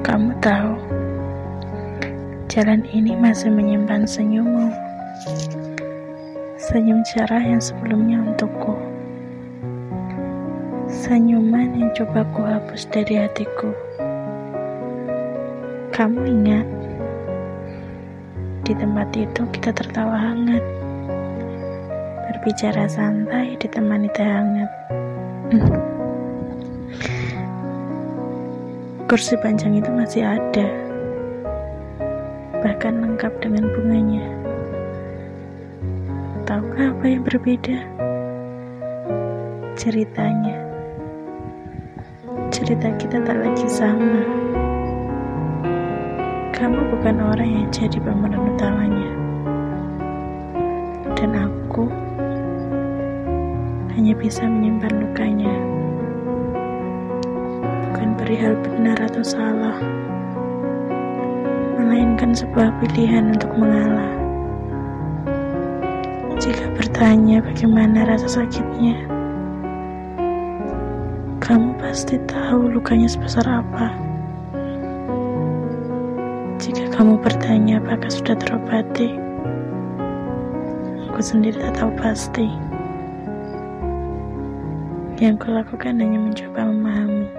Kamu tahu, jalan ini masih menyimpan senyummu. Senyum cerah yang sebelumnya untukku. Senyuman yang coba ku hapus dari hatiku. Kamu ingat, di tempat itu kita tertawa hangat, berbicara santai ditemani teh hangat. Kursi panjang itu masih ada, bahkan lengkap dengan bunganya. Tahukah apa yang berbeda? Ceritanya. Cerita kita tak lagi sama. Kamu bukan orang yang jadi pemeran utamanya, dan aku hanya bisa menyimpan lukanya. Bukan perihal benar atau salah, melainkan sebuah pilihan untuk mengalah. Jika bertanya bagaimana rasa sakitnya, kamu pasti tahu lukanya sebesar apa. Jika kamu bertanya apakah sudah terobati, aku sendiri tak tahu pasti. Yang kulakukan hanya mencoba memahami.